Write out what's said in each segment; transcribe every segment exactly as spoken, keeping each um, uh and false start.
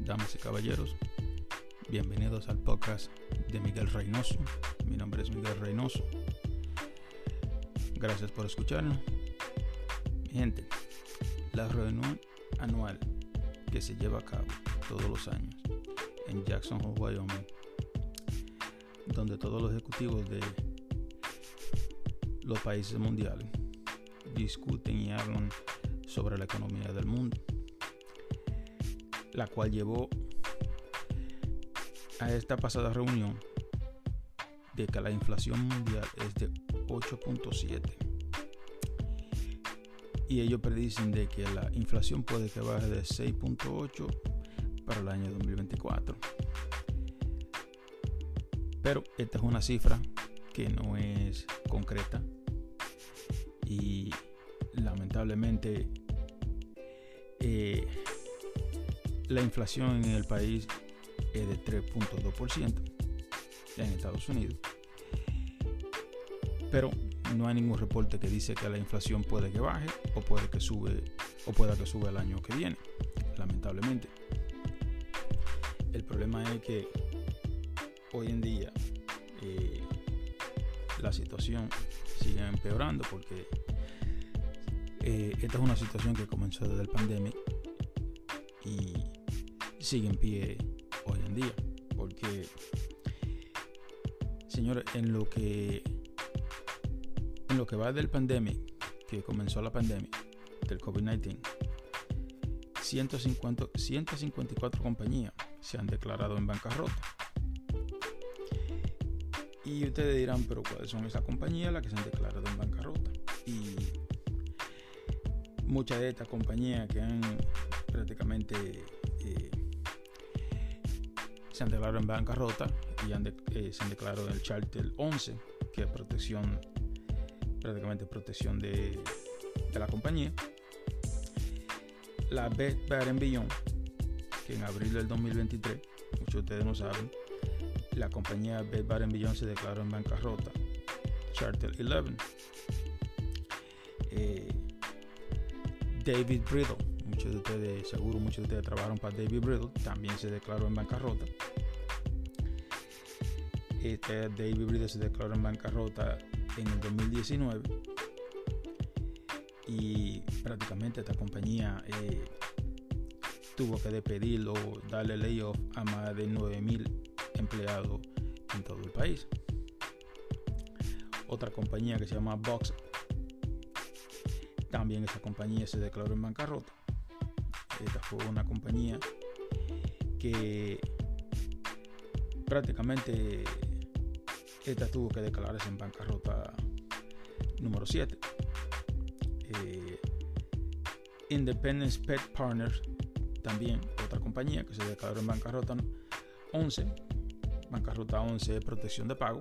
damas y caballeros, bienvenidos al podcast de Miguel Reynoso. Mi nombre es Miguel Reynoso. Gracias por escucharnos. Mi gente, la reunión anual que se lleva a cabo todos los años en Jackson Hole, Wyoming, donde todos los ejecutivos de los países mundiales discuten y hablan sobre la economía del mundo, la cual llevó a esta pasada reunión de que la inflación mundial es de ocho punto siete y ellos predicen de que la inflación puede que baje de seis punto ocho para el año dos mil veinticuatro. Pero esta es una cifra que no es concreta y lamentablemente eh, la inflación en el país es de tres punto dos por ciento en Estados Unidos, pero no hay ningún reporte que dice que la inflación puede que baje o puede que sube o pueda que sube el año que viene, lamentablemente. El problema es que hoy en día eh, la situación sigue empeorando porque eh, esta es una situación que comenzó desde la pandemia y sigue en pie hoy en día, porque señores, en lo que en lo que va del pandemia, que comenzó la pandemia del COVID diecinueve, ciento cincuenta, ciento cincuenta y cuatro compañías se han declarado en bancarrota. Y ustedes dirán, pero ¿cuáles son esas compañías las que se han declarado en bancarrota? Y muchas de estas compañías que han prácticamente eh, se han declarado en bancarrota y han de, eh, se han declarado en el Charter once, que es protección, prácticamente protección de, de la compañía. La Bed Bath and Beyond, que en abril del dos mil veintitrés, muchos de ustedes no saben, la compañía Bed Bath and Beyond se declaró en bancarrota, Charter once. Eh, David Bridle, muchos de ustedes, seguro muchos de ustedes trabajaron para David Bridle, también se declaró en bancarrota. Este David Bridle se declaró en bancarrota en el dos mil diecinueve y prácticamente esta compañía eh, tuvo que despedir o darle layoff a más de nueve mil empleados en todo el país. Otra compañía que se llama Box, también esa compañía se declaró en bancarrota. Esta fue una compañía que prácticamente esta tuvo que declararse en bancarrota número siete. Eh, Independence Pet Partners, también otra compañía que se declaró en bancarrota once. Bancarrota once es protección de pago.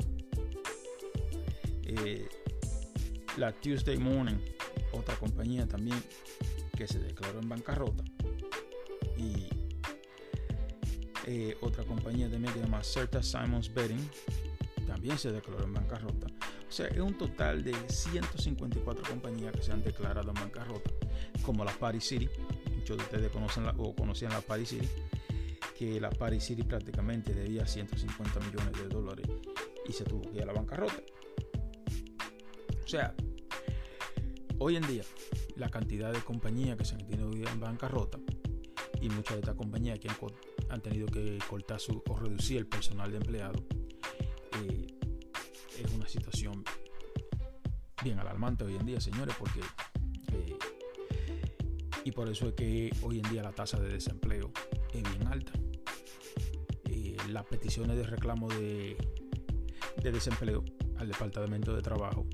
Eh, la Tuesday Morning, otra compañía también que se declaró en bancarrota. Y eh, otra compañía también que se llama Certa Simons Betting también se declaró en bancarrota. O sea, es un total de ciento cincuenta y cuatro compañías que se han declarado en bancarrota, como la Party City. Muchos de ustedes conocen la, o conocían la Party City, que la Party City prácticamente debía ciento cincuenta millones de dólares y se tuvo que ir a la bancarrota. O sea, hoy en día la cantidad de compañías que se han tenido en bancarrota y muchas de estas compañías que han, han tenido que cortar su, o reducir el personal de empleados, eh, es una situación bien alarmante hoy en día, señores, porque eh, y por eso es que hoy en día la tasa de desempleo es bien alta. Eh, las peticiones de reclamo de, de desempleo al Departamento de Trabajo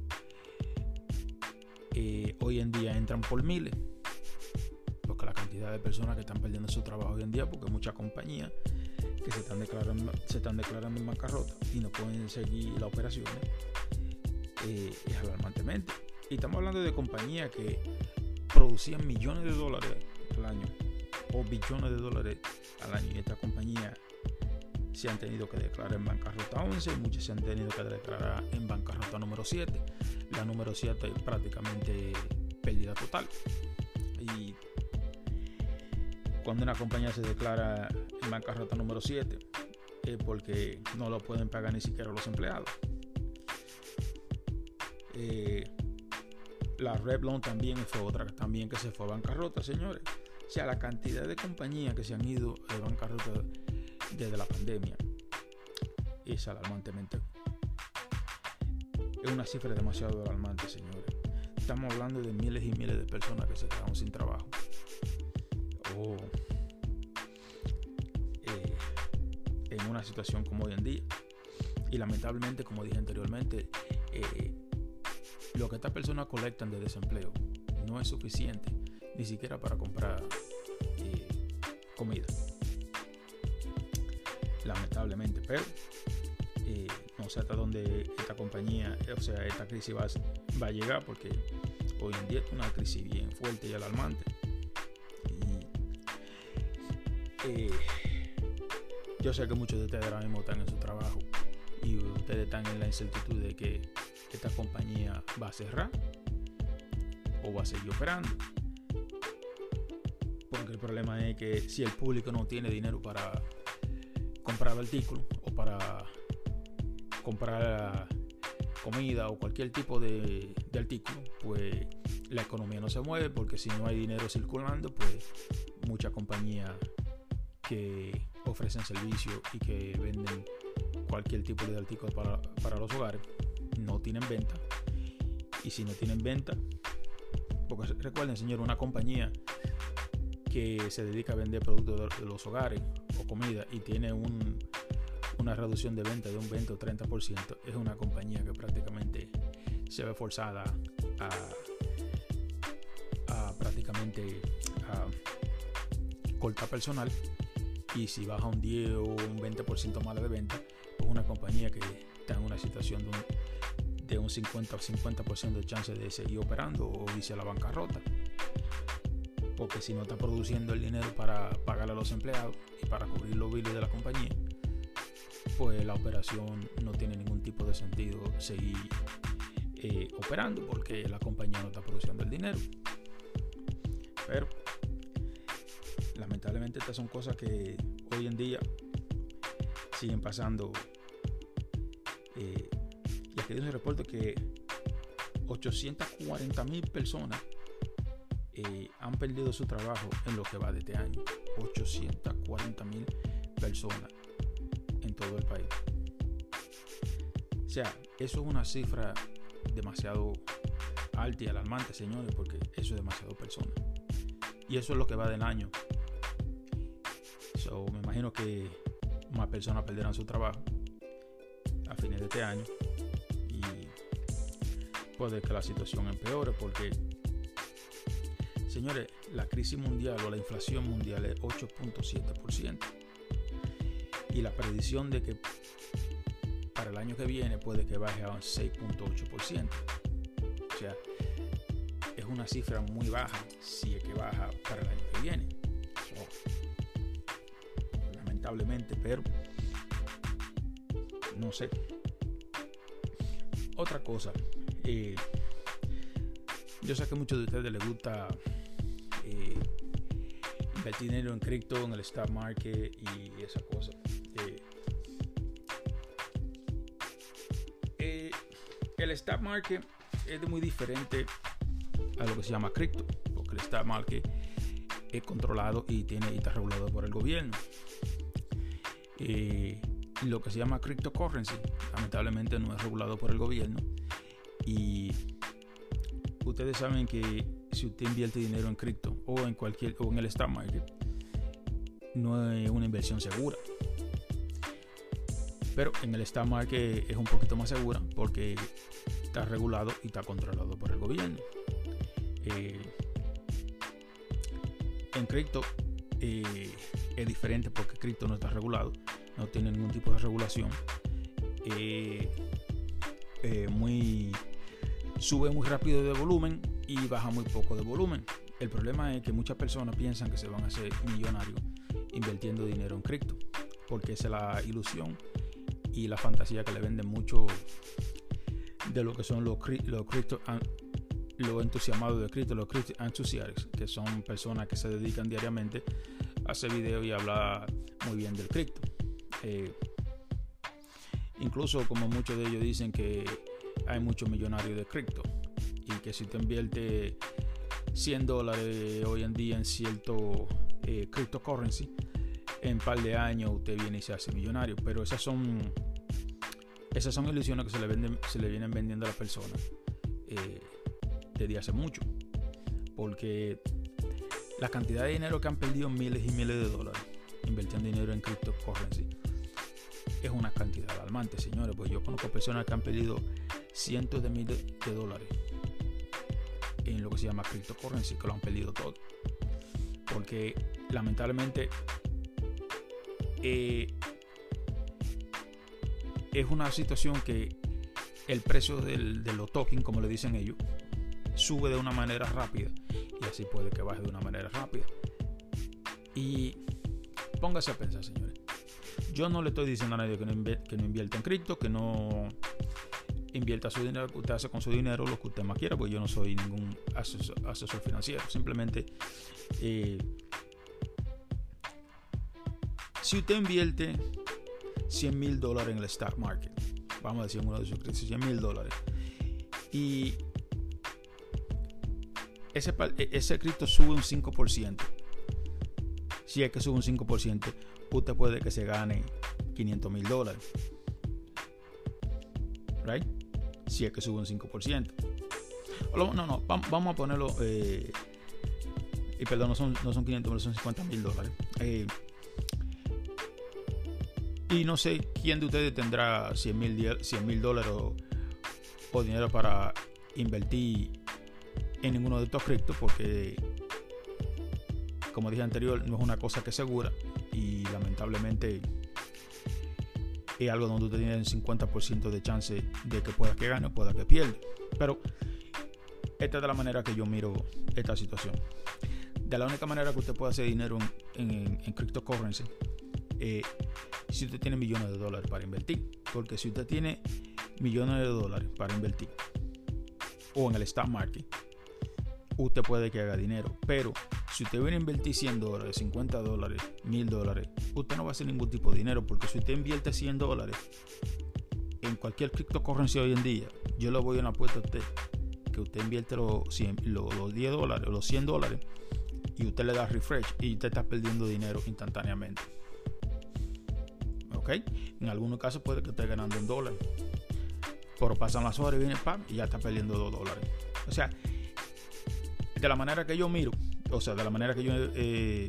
eh, hoy en día entran por miles, porque la cantidad de personas que están perdiendo su trabajo hoy en día, porque muchas compañías que se están declarando se están declarando en bancarrota y no pueden seguir las operaciones, eh, es alarmantemente. Y estamos hablando de compañías que producían millones de dólares al año o billones de dólares al año, y estas compañías se han tenido que declarar en bancarrota once y muchas se han tenido que declarar en bancarrota número siete. La número siete es prácticamente pérdida total. Y cuando una compañía se declara en bancarrota número siete, es porque no lo pueden pagar ni siquiera los empleados. Eh, la Revlon también fue otra también que se fue a bancarrota, señores. O sea, la cantidad de compañías que se han ido de bancarrota desde la pandemia es alarmantemente. Es una cifra demasiado alarmante, señores. Estamos hablando de miles y miles de personas que se quedaron sin trabajo. O eh, en una situación como hoy en día. Y lamentablemente, como dije anteriormente, eh, lo que estas personas colectan de desempleo no es suficiente ni siquiera para comprar eh, comida, lamentablemente. Pero eh, no sé hasta dónde esta compañía, o sea, esta crisis va, va a llegar, porque hoy en día es una crisis bien fuerte y alarmante. Y, eh, yo sé que muchos de ustedes ahora mismo están en su trabajo y ustedes están en la incertidumbre de que esta compañía va a cerrar o va a seguir operando, porque el problema es que si el público no tiene dinero para comprar artículos o para comprar comida o cualquier tipo de, de artículo, pues la economía no se mueve, porque si no hay dinero circulando, pues muchas compañías que ofrecen servicios y que venden cualquier tipo de artículo para, para los hogares no tienen venta. Y si no tienen venta, porque recuerden, señor, una compañía que se dedica a vender productos de los hogares o comida y tiene un, una reducción de venta de un veinte o treinta por ciento, es una compañía que prácticamente se ve forzada a, a prácticamente a cortar personal. Y si baja un diez o un veinte por ciento más de venta, pues una compañía que está en una situación de un, de un cincuenta o cincuenta por ciento de chance de seguir operando o irse a la bancarrota, porque si no está produciendo el dinero para pagarle a los empleados y para cubrir los biles de la compañía, pues la operación no tiene ningún tipo de sentido seguir eh, operando, porque la compañía no está produciendo el dinero. Pero lamentablemente estas son cosas que hoy en día siguen pasando. Eh, y aquí dice un reporte que ochocientas cuarenta mil personas eh, han perdido su trabajo en lo que va de este año. ochocientas cuarenta mil personas en todo el país. O sea, eso es una cifra demasiado alta y alarmante, señores, porque eso es demasiado personas. Y eso es lo que va del año. So, me imagino que más personas perderán su trabajo a fines de este año y puede que la situación empeore, porque, señores, la crisis mundial o la inflación mundial es ocho punto siete por ciento y la predicción de que para el año que viene puede que baje a un seis punto ocho por ciento. O sea, es una cifra muy baja si es que baja para el año que viene. So, lamentablemente, pero no sé. Otra cosa, eh, yo sé que a muchos de ustedes les gusta eh, invertir dinero en cripto, en el stock market y esas cosas. Eh, eh, el stock market es muy diferente a lo que se llama cripto, porque el stock market es controlado y tiene y está regulado por el gobierno. Eh, lo que se llama cryptocurrency lamentablemente no es regulado por el gobierno, y ustedes saben que si usted invierte dinero en cripto o en cualquier o en el stock market, no es una inversión segura. Pero en el stock market es un poquito más segura porque está regulado y está controlado por el gobierno. Eh, en cripto eh, es diferente porque cripto no está regulado, no tiene ningún tipo de regulación. Eh, eh, muy sube muy rápido de volumen y baja muy poco de volumen. El problema es que muchas personas piensan que se van a hacer millonarios invirtiendo dinero en cripto, porque esa es la ilusión y la fantasía que le venden mucho de lo que son los, los cripto los entusiasmados de cripto, los cripto enthusiasts, que son personas que se dedican diariamente hace video y habla muy bien del cripto. Eh, incluso como muchos de ellos dicen que hay muchos millonarios de cripto y que si te invierte cien dólares hoy en día en cierto eh, cryptocurrency, en un par de años usted viene y se hace millonario. Pero esas son esas son ilusiones que se le, venden, se le vienen vendiendo a las personas eh, desde hace mucho, porque la cantidad de dinero que han perdido miles y miles de dólares invirtiendo dinero en cryptocurrency es una cantidad alarmante, señores. Pues yo conozco personas que han perdido cientos de miles de dólares en lo que se llama cryptocurrency, que lo han perdido todo, porque lamentablemente eh, es una situación que el precio del, de los tokens, como le dicen ellos, sube de una manera rápida y así puede que baje de una manera rápida. Y póngase a pensar, señores, yo no le estoy diciendo a nadie que no, inv- que no invierta en cripto, que no invierta su dinero, que usted hace con su dinero lo que usted más quiera, porque yo no soy ningún asesor, asesor financiero. Simplemente eh, si usted invierte cien mil dólares en el stock market, vamos a decir en uno de sus créditos, cien mil dólares, y ese, ese cripto sube un cinco por ciento, si es que sube un cinco por ciento, usted puede que se gane quinientos mil dólares, right? Si es que sube un cinco por ciento. No, no, vamos a ponerlo, eh, y perdón, no son, no son quinientos mil, son cincuenta mil dólares. Eh, y no sé quién de ustedes tendrá cien mil dólares o, o dinero para invertir en ninguno de estos criptos, porque como dije anterior, no es una cosa que es segura y lamentablemente es algo donde usted tiene un cincuenta por ciento de chance de que pueda que gane o pueda que pierda. Pero esta es de la manera que yo miro esta situación. De la única manera que usted puede hacer dinero en, en, en cryptocurrency, eh, si usted tiene millones de dólares para invertir, porque si usted tiene millones de dólares para invertir o en el stock market, usted puede que haga dinero. Pero si usted viene a invertir cien dólares, cincuenta dólares, mil dólares, usted no va a hacer ningún tipo de dinero, porque si usted invierte cien dólares en cualquier cryptocurrency hoy en día, yo le voy a una apuesta a usted que usted invierte los, cien, los, los diez dólares o los cien dólares y usted le da refresh y usted está perdiendo dinero instantáneamente. ¿Ok? En algunos casos puede que esté ganando un dólar, pero pasan las horas y viene pam y ya está perdiendo dos dólares. O sea, de la manera que yo miro, o sea, de la manera que yo eh,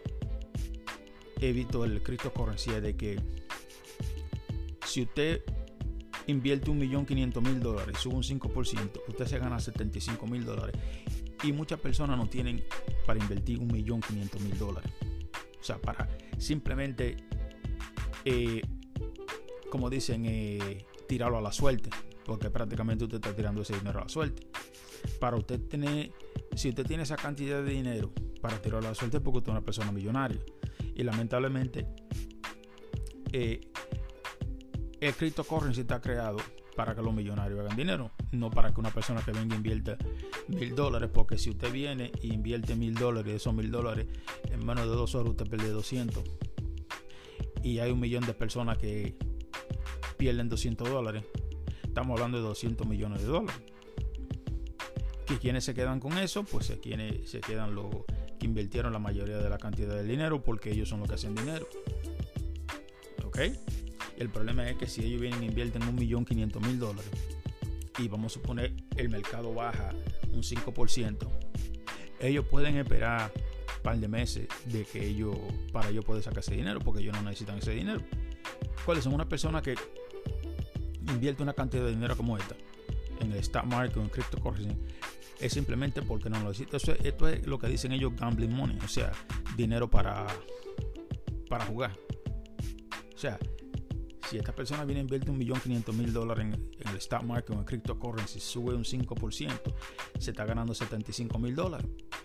he visto el cryptocurrency es de que si usted invierte un millón quinientos mil dólares, sube un cinco por ciento, usted se gana setenta y cinco mil dólares. Y muchas personas no tienen para invertir un millón quinientos mil dólares. O sea, para simplemente, eh, como dicen, eh, tirarlo a la suerte, porque prácticamente usted está tirando ese dinero a la suerte. Para usted tener, si usted tiene esa cantidad de dinero para tirarlo a la suerte, porque usted es una persona millonaria. Y lamentablemente, eh, el cryptocurrency está creado para que los millonarios hagan dinero, no para que una persona que venga e invierta mil dólares, porque si usted viene e invierte mil dólares, esos mil dólares en menos de dos horas usted pierde doscientos, y hay un millón de personas que pierden doscientos dólares, estamos hablando de doscientos millones de dólares. ¿Y quienes se quedan con eso? Pues se, quienes, se quedan los que invirtieron la mayoría de la cantidad del dinero, porque ellos son los que hacen dinero. ¿Ok? El problema es que si ellos vienen e invierten un millón quinientos mil dólares y vamos a suponer el mercado baja un cinco por ciento, ellos pueden esperar un par de meses de que ellos, para ellos poder sacar ese dinero, porque ellos no necesitan ese dinero. ¿Cuáles son? Una persona que invierte una cantidad de dinero como esta en el stock market o en cryptocurrency es simplemente porque no lo necesita. Esto, esto es lo que dicen ellos gambling money, o sea, dinero para, para jugar. O sea, si esta persona viene a invertir un millón quinientos mil dólares en, en el stock market o en cryptocurrency, sube un cinco por ciento, se está ganando setenta y cinco mil dólares.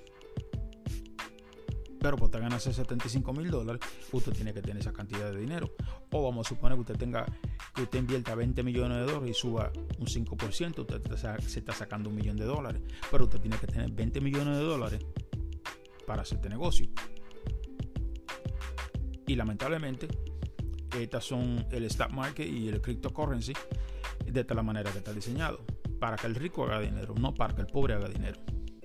Pero para ganarse setenta y cinco mil dólares, usted tiene que tener esa cantidad de dinero. O vamos a suponer que usted tenga, que usted invierta veinte millones de dólares y suba un cinco por ciento, usted se está sacando un millón de dólares. Pero usted tiene que tener veinte millones de dólares para hacer este negocio. Y lamentablemente, estas son el stock market y el cryptocurrency de esta la manera que está diseñado, para que el rico haga dinero, no para que el pobre haga dinero.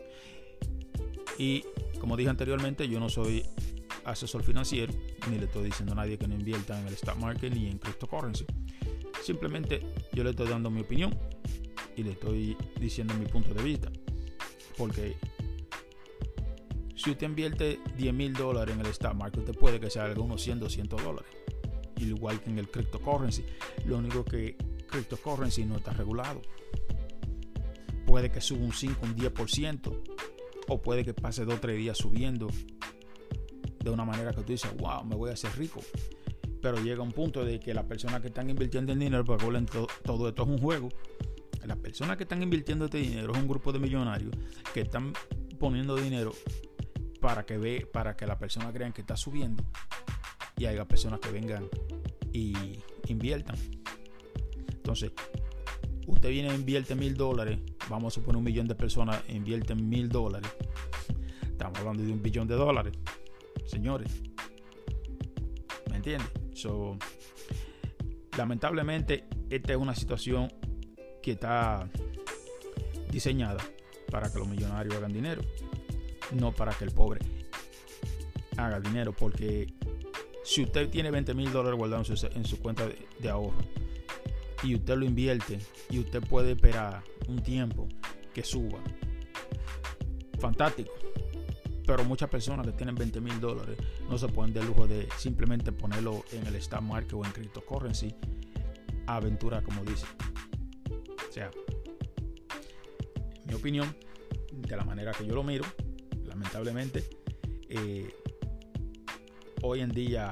Y como dije anteriormente, yo no soy asesor financiero, ni le estoy diciendo a nadie que no invierta en el stock market ni en cryptocurrency. Simplemente yo le estoy dando mi opinión y le estoy diciendo mi punto de vista. Porque si usted invierte diez mil dólares en el stock market, usted puede que salga unos cien, doscientos dólares. Igual que en el cryptocurrency. Lo único que cryptocurrency no está regulado. Puede que suba un cinco, un diez por ciento. O puede que pase dos o tres días subiendo de una manera que tú dices, wow, me voy a hacer rico. Pero llega un punto de que las personas que están invirtiendo en dinero, porque to- todo esto es un juego. Las personas que están invirtiendo este dinero es un grupo de millonarios que están poniendo dinero para que ve, para que las personas crean que está subiendo y haya personas que vengan y inviertan. Entonces, usted viene e invierte mil dólares, vamos a suponer un millón de personas invierten mil dólares. Estamos hablando de un billón de dólares, señores. ¿Me entiendes? So, lamentablemente, esta es una situación que está diseñada para que los millonarios hagan dinero, no para que el pobre haga dinero. Porque si usted tiene veinte mil dólares guardados en su, en su cuenta de, de ahorro y usted lo invierte y usted puede esperar un tiempo que suba, fantástico. Pero muchas personas que tienen veinte mil dólares no se pueden dar el lujo de simplemente ponerlo en el stock market o en cryptocurrency a aventura, como dice. O sea, mi opinión, de la manera que yo lo miro, lamentablemente, eh, hoy en día,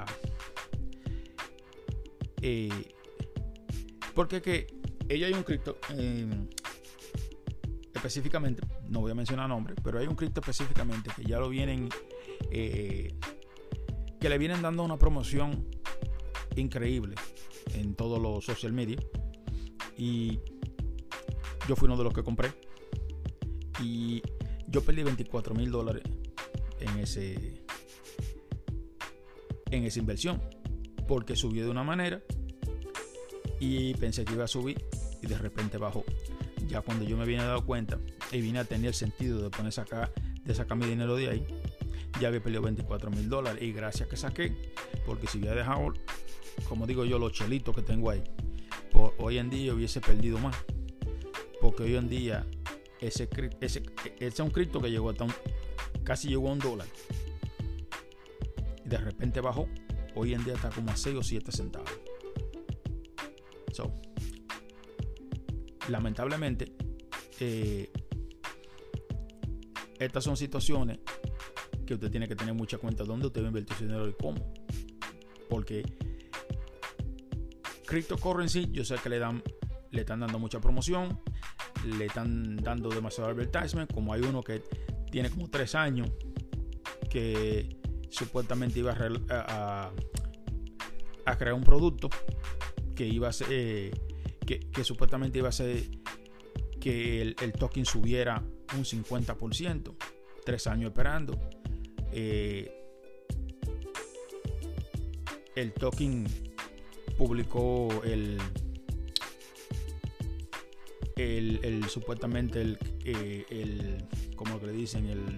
eh, porque que ella hay un cripto, eh, específicamente, no voy a mencionar nombres, pero hay un cripto específicamente que ya lo vienen, eh, que le vienen dando una promoción increíble en todos los social media. Y yo fui uno de los que compré y yo perdí veinticuatro mil dólares en ese en esa inversión, porque subió de una manera y pensé que iba a subir y de repente bajó. Ya cuando yo me vine a dar cuenta y vine a tener sentido de poner sacar, de sacar mi dinero de ahí, ya había perdido veinticuatro mil dólares. Y gracias que saqué, porque si hubiera dejado, como digo yo, los chelitos que tengo ahí, pues hoy en día hubiese perdido más. Porque hoy en día ese, ese, ese es un cripto que llegó hasta un, casi llegó a un dólar. Y de repente bajó. Hoy en día está como a seis o siete centavos. So, lamentablemente, eh, estas son situaciones que usted tiene que tener mucha cuenta de dónde usted va a invertir su dinero y cómo. Porque cryptocurrency, yo sé que le dan, le están dando mucha promoción, le están dando demasiado advertisement. Como hay uno que tiene como tres años que supuestamente iba a, a, a crear un producto que iba a ser, eh, que, que supuestamente iba a ser que el, el token subiera un cincuenta por ciento. Tres años esperando. Eh, el token publicó el el, el supuestamente el, eh, el como que le dicen el,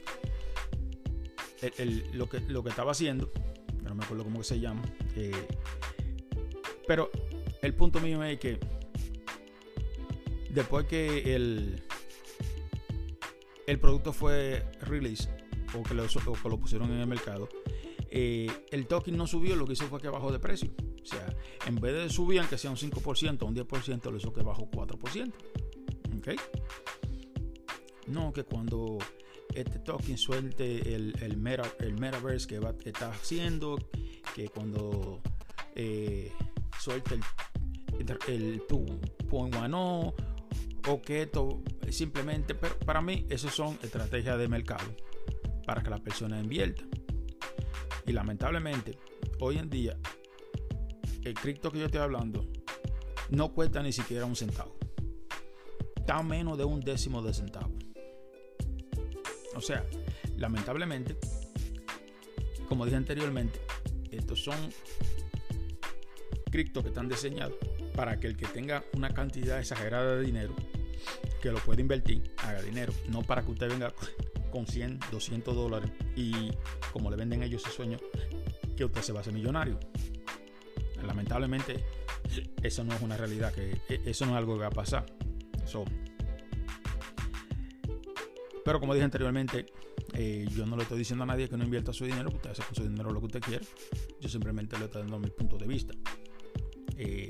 el, el lo que lo que estaba haciendo, no me acuerdo cómo que se llama, eh, pero el punto mío es que después que el el producto fue release o que lo, o que lo pusieron en el mercado, eh, el token no subió, lo que hizo fue que bajó de precio. O sea, en vez de subir aunque sea un cinco por ciento o un diez por ciento, lo hizo que bajó cuatro por ciento. ¿Ok? No, que cuando este token suelte el, el, meta, el metaverse que, va, que está haciendo, que cuando eh, suelte el, el dos punto uno o que esto simplemente, pero para mí eso son estrategias de mercado para que la persona invierta. Y lamentablemente hoy en día el cripto que yo estoy hablando no cuesta ni siquiera un centavo, está menos de un décimo de centavo. O sea, lamentablemente, como dije anteriormente, estos son criptos que están diseñados para que el que tenga una cantidad exagerada de dinero que lo puede invertir, haga dinero, no para que usted venga con cien, doscientos dólares y como le venden ellos ese sueño que usted se va a hacer millonario. Lamentablemente eso no es una realidad, que eso no es algo que va a pasar. So, pero como dije anteriormente, eh, yo no le estoy diciendo a nadie que no invierta su dinero, que usted hace con su dinero lo que usted quiera. Yo simplemente le estoy dando mi punto de vista. Eh,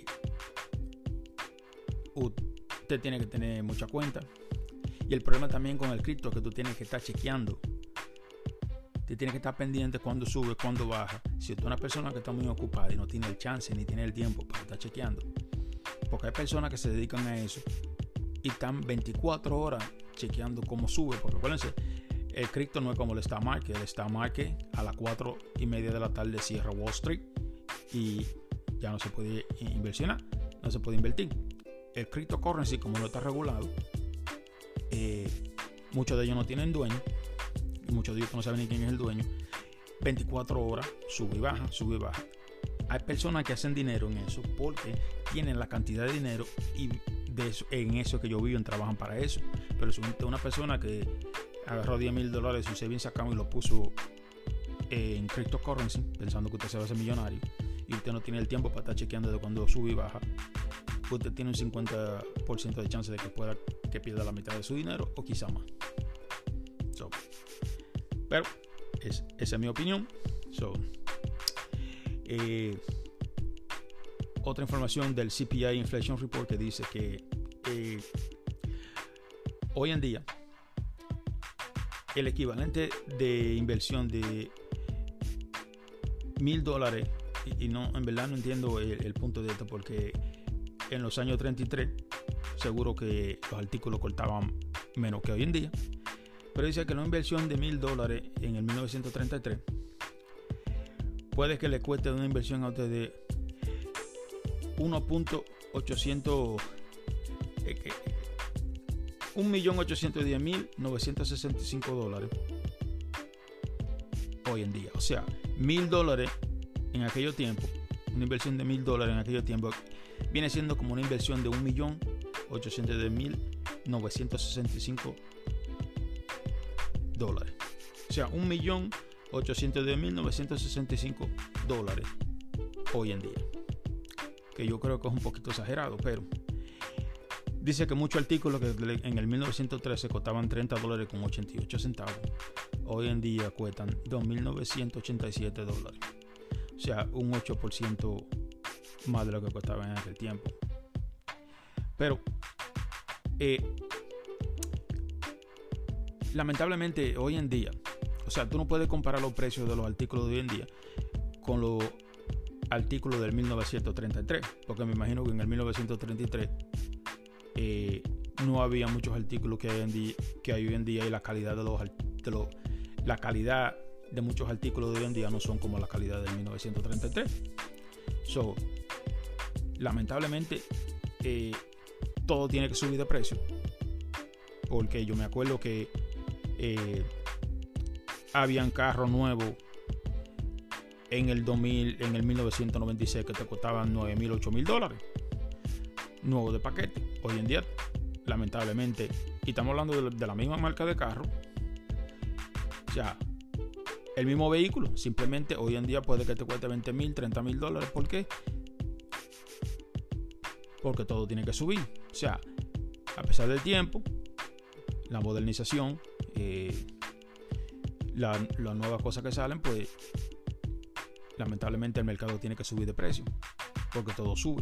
usted tiene que tener mucha cuenta, y el problema también con el cripto es que tú tienes que estar chequeando. Te tienes que estar pendiente cuando sube, cuando baja. Si tú eres una persona que está muy ocupada y no tiene el chance ni tiene el tiempo para estar chequeando, porque hay personas que se dedican a eso y están veinticuatro horas chequeando cómo sube, porque acuérdense, el cripto no es como el stock market. El stock market a las cuatro y media de la tarde cierra Wall Street y ya no se puede inversionar, no se puede invertir. El cryptocurrency, como no está regulado, eh, muchos de ellos no tienen dueño, y muchos de ellos no saben ni quién es el dueño. veinticuatro horas sube y baja, sube y baja. Hay personas que hacen dinero en eso porque tienen la cantidad de dinero y de eso, en eso que ellos viven, trabajan para eso. Pero si usted es una persona que agarró diez mil dólares y usted bien sacado y lo puso en cryptocurrency pensando que usted se va a hacer millonario, y usted no tiene el tiempo para estar chequeando de cuando sube y baja, usted tiene un cincuenta por ciento de chance de que pueda que pierda la mitad de su dinero o quizá más. So, pero es, esa es mi opinión. So, eh, otra información del C P I Inflation Report que dice que eh, hoy en día el equivalente de inversión de mil dólares, y, y no, en verdad no entiendo el, el punto de esto, porque en los años treinta y tres seguro que los artículos cortaban menos que hoy en día, pero dice que una inversión de mil dólares en el mil novecientos treinta y tres puede que le cueste una inversión a usted de uno punto ochocientos un millón ochocientos diez mil novecientos sesenta y cinco dólares hoy en día. O sea, mil dólares en aquellos tiempos, una inversión de mil dólares en aquellos tiempos viene siendo como una inversión de un millón ochocientos diez mil novecientos sesenta y cinco dólares. O sea, un millón ochocientos diez mil novecientos sesenta y cinco dólares hoy en día, que yo creo que es un poquito exagerado, pero dice que muchos artículos que en el mil novecientos trece costaban treinta dólares con ochenta y ocho centavos, hoy en día cuestan dos mil novecientos ochenta y siete dólares. O sea, un ocho por ciento más de lo que costaba en aquel tiempo. Pero eh, lamentablemente hoy en día, o sea, tú no puedes comparar los precios de los artículos de hoy en día con los artículos del mil novecientos treinta y tres, porque me imagino que en el mil novecientos treinta y tres eh, no había muchos artículos que hay, en día, que hay hoy en día, y la calidad de los, de los la calidad de muchos artículos de hoy en día no son como la calidad del mil novecientos treinta y tres. So, lamentablemente eh, todo tiene que subir de precio, porque yo me acuerdo que eh, habían carros nuevos en el dos mil, en el mil novecientos noventa y seis que te costaban nueve mil, ocho mil dólares nuevos de paquete. Hoy en día, lamentablemente, y estamos hablando de, de la misma marca de carro, o sea, el mismo vehículo, simplemente hoy en día puede que te cueste veinte mil, treinta mil dólares. ¿Por qué? Porque todo tiene que subir. O sea, a pesar del tiempo, la modernización, eh, las la nuevas cosas que salen, pues lamentablemente el mercado tiene que subir de precio, porque todo sube.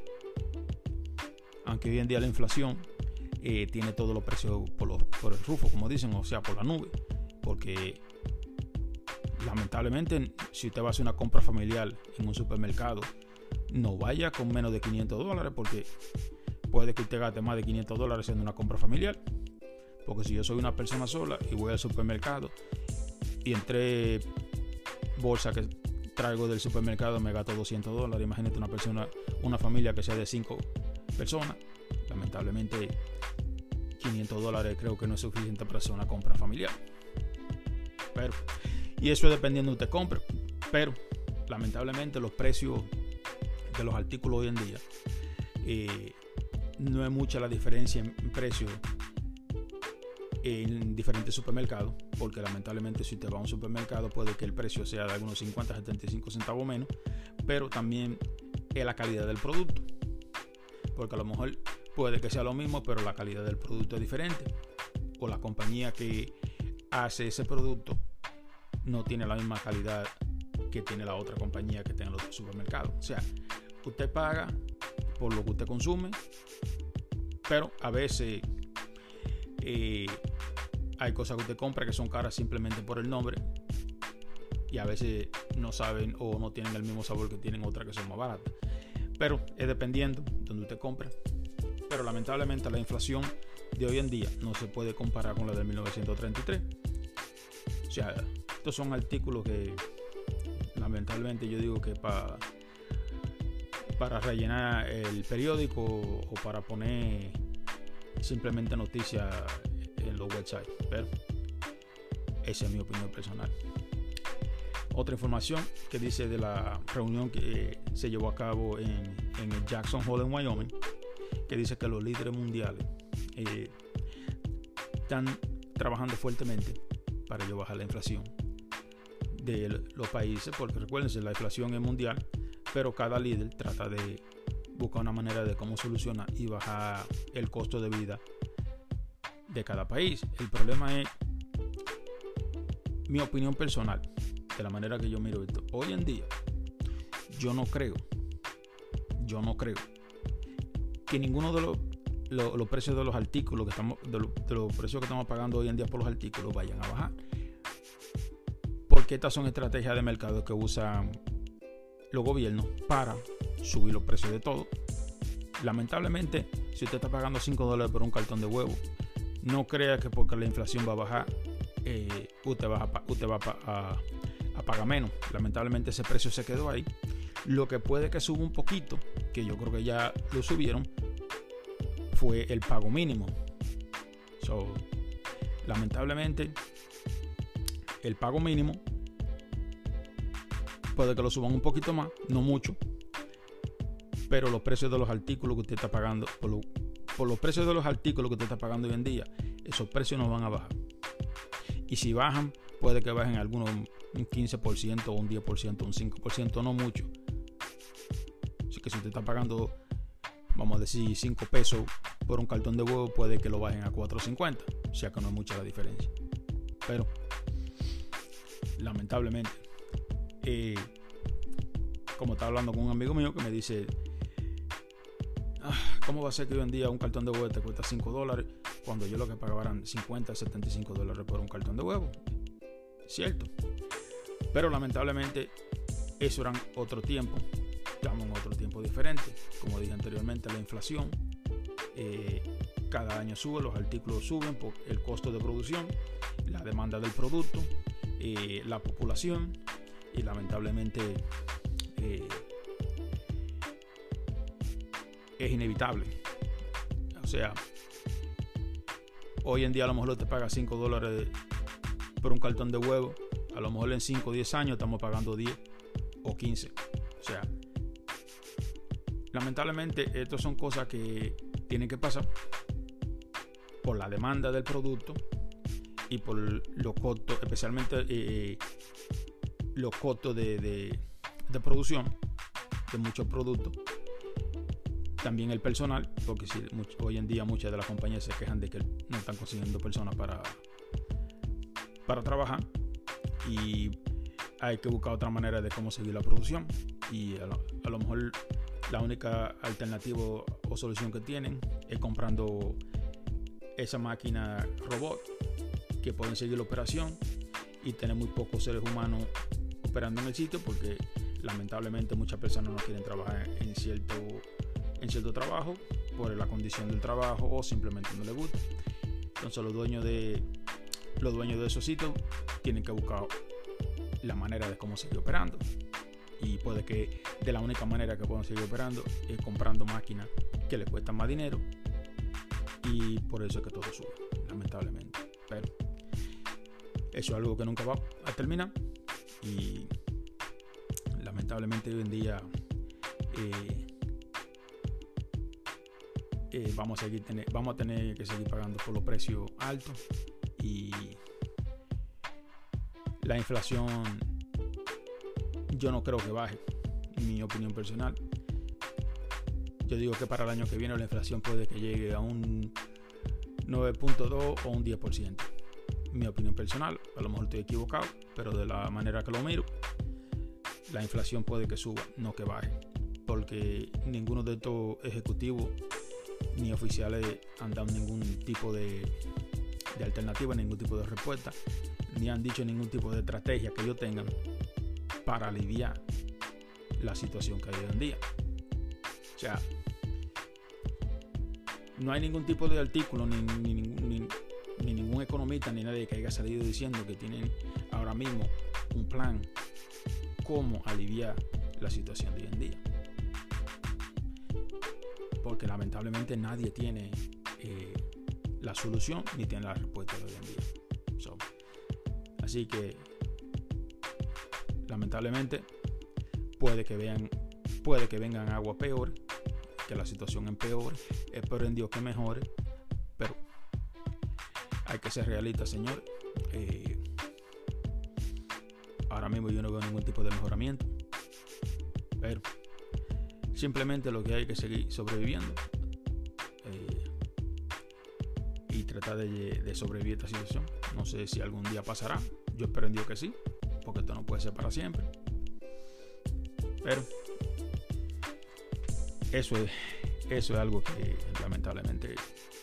Aunque hoy en día la inflación eh, tiene todos los precios por, los, por el rufo, como dicen, o sea, por la nube, porque lamentablemente si usted va a hacer una compra familiar en un supermercado, no vaya con menos de quinientos dólares, porque puede que usted gaste más de quinientos dólares en una compra familiar. Porque si yo soy una persona sola y voy al supermercado y entre bolsas que traigo del supermercado me gasto doscientos dólares, imagínate una persona, una familia que sea de cinco personas, lamentablemente quinientos dólares creo que no es suficiente para hacer una compra familiar. Pero, y eso es dependiendo de usted compre, pero lamentablemente los precios de los artículos hoy en día, eh, no es mucha la diferencia en precio en diferentes supermercados, porque lamentablemente si usted va a un supermercado puede que el precio sea de algunos cincuenta a setenta y cinco centavos menos, pero también es la calidad del producto, porque a lo mejor puede que sea lo mismo, pero la calidad del producto es diferente, o la compañía que hace ese producto no tiene la misma calidad que tiene la otra compañía que tiene el otro supermercado. O sea, usted paga por lo que usted consume, pero a veces eh, hay cosas que usted compra que son caras simplemente por el nombre, y a veces no saben o no tienen el mismo sabor que tienen otras que son más baratas, pero es dependiendo de donde usted compra. Pero lamentablemente la inflación de hoy en día no se puede comparar con la de mil novecientos treinta y tres. O sea, estos son artículos que lamentablemente yo digo que para para rellenar el periódico o para poner simplemente noticias en los websites, pero esa es mi opinión personal. Otra información que dice de la reunión que se llevó a cabo en, en el Jackson Hole en Wyoming, que dice que los líderes mundiales eh, están trabajando fuertemente para ello bajar la inflación de los países, porque recuérdense, la inflación es mundial, pero cada líder trata de buscar una manera de cómo solucionar y bajar el costo de vida de cada país. El problema es, mi opinión personal, de la manera que yo miro esto, hoy en día yo no creo yo no creo que ninguno de los, los, los precios de los artículos que estamos de los, de los precios que estamos pagando hoy en día por los artículos vayan a bajar, porque estas son estrategias de mercado que usan los gobiernos para subir los precios de todo. Lamentablemente, si usted está pagando cinco dólares por un cartón de huevo, no crea que porque la inflación va a bajar, eh, usted va, a, usted va a, a pagar menos. Lamentablemente ese precio se quedó ahí. Lo que puede que suba un poquito, que yo creo que ya lo subieron, fue el pago mínimo. So, lamentablemente el pago mínimo puede que lo suban un poquito más, no mucho, pero los precios de los artículos que usted está pagando, por, lo, por los precios de los artículos que usted está pagando hoy en día, esos precios no van a bajar. Y si bajan, puede que bajen algunos un quince por ciento, un diez por ciento, un cinco por ciento, no mucho. Así que si usted está pagando, vamos a decir, cinco pesos por un cartón de huevo, puede que lo bajen a cuatro cincuenta. O sea que no es mucha la diferencia. Pero, lamentablemente, eh, como estaba hablando con un amigo mío que me dice, ah, ¿cómo va a ser que hoy en día un cartón de huevo te cuesta cinco dólares cuando yo lo que pagaba eran cincuenta, setenta y cinco dólares por un cartón de huevo? Cierto, pero lamentablemente eso era otro tiempo. Estamos en otro tiempo diferente. Como dije anteriormente, la inflación eh, cada año sube, los artículos suben por el costo de producción, la demanda del producto, eh, la población, y lamentablemente eh, es inevitable. O sea, hoy en día a lo mejor te paga cinco dólares por un cartón de huevo, a lo mejor en cinco o diez años estamos pagando diez o quince. O sea, lamentablemente estas son cosas que tienen que pasar por la demanda del producto y por los costos, especialmente eh, los costos de, de, de producción de muchos productos. También el personal, porque si, mucho, hoy en día muchas de las compañías se quejan de que no están consiguiendo personas para, para trabajar, y hay que buscar otra manera de cómo seguir la producción. Y a lo, a lo mejor la única alternativa o solución que tienen es comprando esa máquina robot que pueden seguir la operación y tener muy pocos seres humanos operando en el sitio, porque lamentablemente muchas personas no quieren trabajar en cierto, en cierto trabajo por la condición del trabajo o simplemente no les gusta. Entonces los dueños de los dueños de esos sitios tienen que buscar la manera de cómo seguir operando, y puede que de la única manera que puedan seguir operando es comprando máquinas que les cuestan más dinero, y por eso es que todo sube, lamentablemente. Pero eso es algo que nunca va a terminar, y lamentablemente lamentablemente hoy en día eh, eh, vamos a seguir tener, vamos a tener que seguir pagando por los precios altos, y la inflación yo no creo que baje, en mi opinión personal. Yo digo que para el año que viene la inflación puede que llegue a un nueve punto dos o un diez por ciento. Mi opinión personal, a lo mejor estoy equivocado, pero de la manera que lo miro, la inflación puede que suba, no que baje, porque ninguno de estos ejecutivos ni oficiales han dado ningún tipo de, de alternativa, ningún tipo de respuesta, ni han dicho ningún tipo de estrategia que ellos tengan para aliviar la situación que hay hoy en día. O sea, no hay ningún tipo de artículo, ni, ni, ni, ni ningún economista, ni nadie que haya salido diciendo que tienen ahora mismo un plan cómo aliviar la situación de hoy en día. Porque lamentablemente nadie tiene eh, la solución ni tiene la respuesta de hoy en día. So, así que lamentablemente puede que vean, puede que vengan aguas peores, que la situación empeore. Espero en Dios que mejore, pero hay que ser realistas, señor. Eh, ahora mismo yo no veo ningún tipo de mejoramiento, pero simplemente lo que hay que seguir sobreviviendo eh, y tratar de, de sobrevivir esta situación. No sé si algún día pasará, yo espero en Dios que sí, porque esto no puede ser para siempre, pero eso es, eso es algo que lamentablemente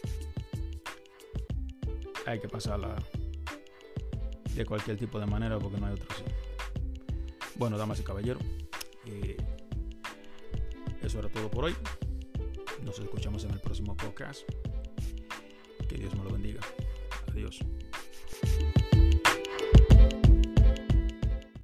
hay que pasarla de cualquier tipo de manera, porque no hay otra opción. Bueno, damas y caballeros, eh, eso era todo por hoy. Nos escuchamos en el próximo podcast. Que Dios me lo bendiga. Adiós.